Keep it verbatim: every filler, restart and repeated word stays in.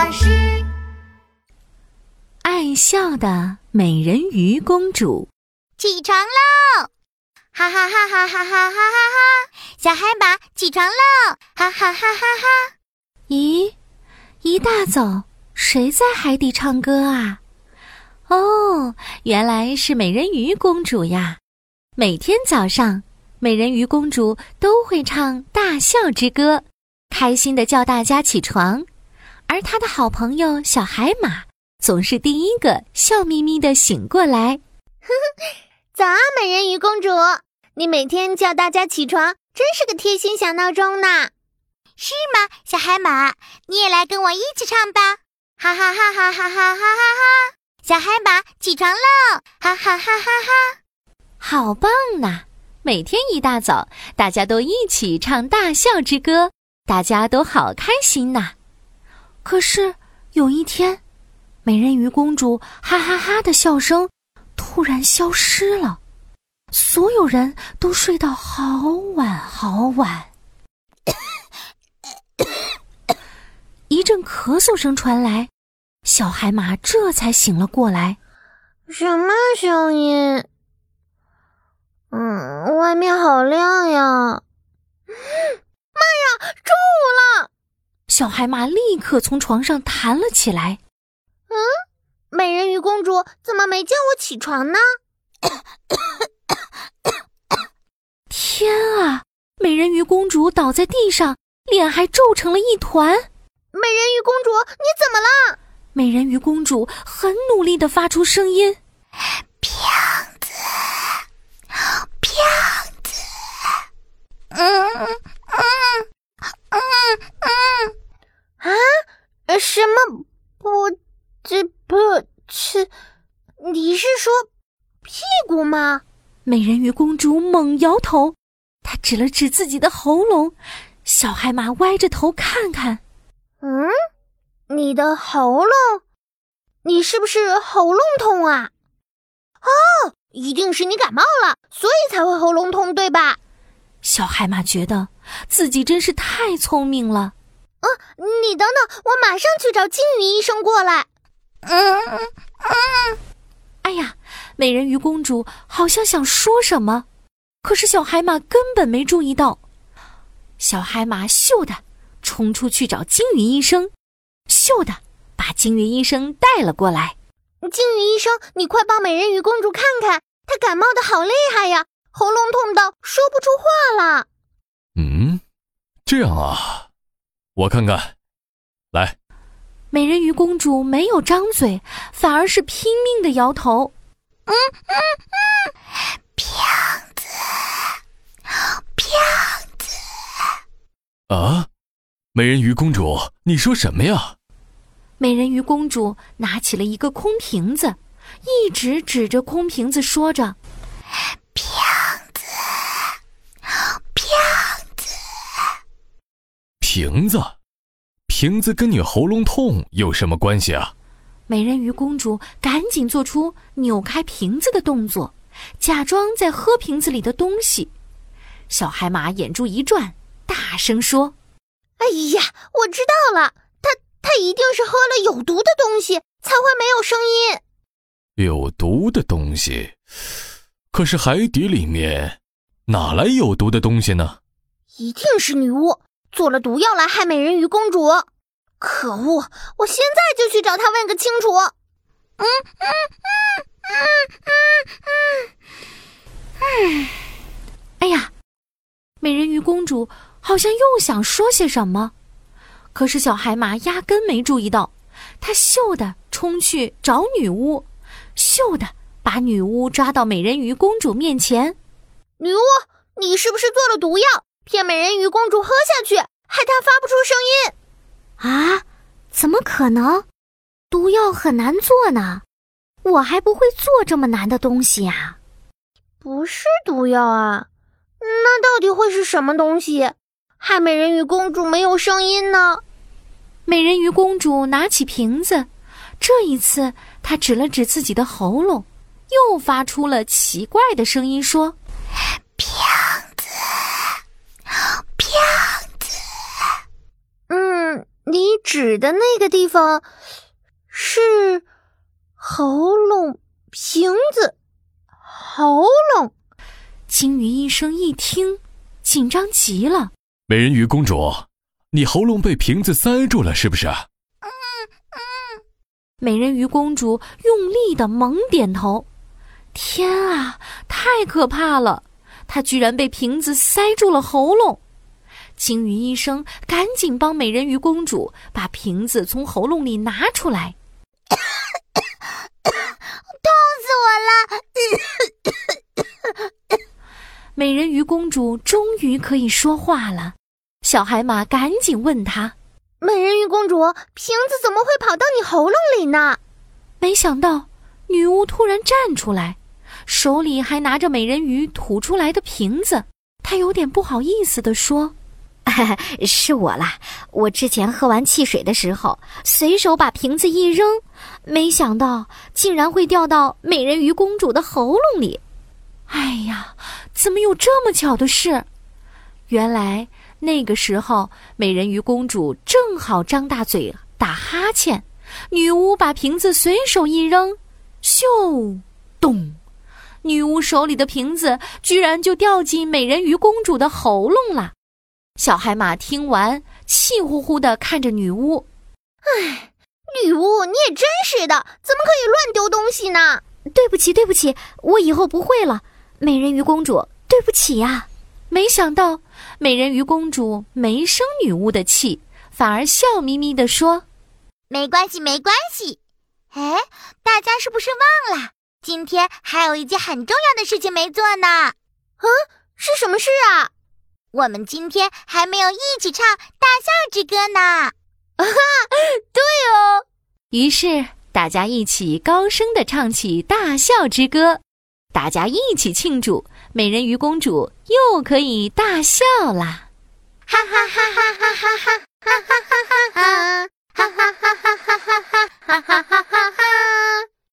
巴士。 爱笑的美人鱼公主。 起床喽！哈哈哈哈哈哈哈哈哈！小海马起床喽！哈哈哈哈哈！ 咦，一大早谁在海底唱歌啊？哦，原来是美人鱼公主呀！每天早上，美人鱼公主都会唱大笑之歌，开心地叫大家起床。而她的好朋友小海马总是第一个笑眯眯地醒过来。 早啊，美人鱼公主，你每天叫大家起床，真是个贴心小闹钟呢。是吗，小海马？你也来跟我一起唱吧！哈哈哈哈哈哈哈哈哈！小海马起床喽！哈哈哈哈哈！ 好棒呐！每天一大早，大家都一起唱大笑之歌，大家都好开心呐。可是有一天，美人鱼公主哈哈哈的笑声突然消失了，所有人都睡到好晚好晚。一阵咳嗽声传来，小海马这才醒了过来。 什么声音？嗯，外面好亮呀！妈呀，中午了！ 小海马立刻从床上弹了起来。 嗯，美人鱼公主怎么没叫我起床呢？ 天啊！美人鱼公主倒在地上，脸还皱成了一团。 美人鱼公主，你怎么了？ 美人鱼公主很努力地发出声音： 骗子，骗子。嗯嗯嗯嗯啊？什么不这不是？你是说屁股吗？ 美人鱼公主猛摇头，她指了指自己的喉咙。小海马歪着头看看。 嗯，你的喉咙？你是不是喉咙痛啊？哦，一定是你感冒了，所以才会喉咙痛，对吧？ 小海马觉得自己真是太聪明了。 嗯，你等等，我马上去找金鱼医生过来。嗯嗯嗯。 哎呀，美人鱼公主好像想说什么，可是小海马根本没注意到。小海马咻的冲出去找金鱼医生，咻的把金鱼医生带了过来。 金鱼医生，你快帮美人鱼公主看看，她感冒的好厉害呀，喉咙痛到说不出话了。 嗯，这样啊，我看看，来。 美人鱼公主没有张嘴，反而是拼命地摇头。 嗯嗯嗯，骗子，骗子。 啊，美人鱼公主，你说什么呀？ 美人鱼公主拿起了一个空瓶子，一直指着空瓶子说着： 骗子，骗子。 瓶子？瓶子跟你喉咙痛有什么关系啊？ 美人鱼公主赶紧做出扭开瓶子的动作，假装在喝瓶子里的东西。小海马眼珠一转，大声说： 哎呀，我知道了，他他一定是喝了有毒的东西，才会没有声音。 有毒的东西？可是海底里面哪来有毒的东西呢？ 一定是女巫做了毒药来害美人鱼公主。可恶，我现在就去找她问个清楚。嗯嗯嗯嗯嗯嗯。哎呀，美人鱼公主好像又想说些什么，可是小海马压根没注意到，她咻的冲去找女巫，咻的把女巫抓到美人鱼公主面前。 女巫，你是不是做了毒药，骗美人鱼公主喝下去，害她发不出声音？ 啊，怎么可能？毒药很难做呢，我还不会做这么难的东西呀。 不是毒药啊，那到底会是什么东西，害美人鱼公主没有声音呢？ 美人鱼公主拿起瓶子，这一次她指了指自己的喉咙，又发出了奇怪的声音说： 骗子，骗子。嗯， 你指的那个地方是喉咙、瓶子、喉咙。 金鱼医生一听，紧张极了。 美人鱼公主，你喉咙被瓶子塞住了是不是？ 嗯嗯。 美人鱼公主用力地猛点头。天啊，太可怕了！她居然被瓶子塞住了喉咙。金鱼医生赶紧帮美人鱼公主把瓶子从喉咙里拿出来。 痛死我了！ 美人鱼公主终于可以说话了。小海马赶紧问她： 美人鱼公主，瓶子怎么会跑到你喉咙里呢？ 没想到女巫突然站出来，手里还拿着美人鱼吐出来的瓶子。她有点不好意思地说： 是我啦，我之前喝完汽水的时候随手把瓶子一扔，没想到竟然会掉到美人鱼公主的喉咙里。 哎呀，怎么有这么巧的事？原来那个时候美人鱼公主正好张大嘴打哈欠，女巫把瓶子随手一扔，咻咚，女巫手里的瓶子居然就掉进美人鱼公主的喉咙了。小海马听完气呼呼地看着女巫。 唉，女巫你也真是的，怎么可以乱丢东西呢？ 对不起对不起，我以后不会了，美人鱼公主，对不起呀。 没想到美人鱼公主没生女巫的气，反而笑眯眯地说： 没关系没关系。哎，大家是不是忘了今天还有一件很重要的事情没做呢？嗯，是什么事啊？我们今天还没有一起唱大笑之歌呢。啊哈，对哦。 于是大家一起高声地唱起大笑之歌，大家一起庆祝美人鱼公主又可以大笑啦！ 哈哈哈哈哈哈哈哈哈哈哈哈哈哈哈哈哈哈哈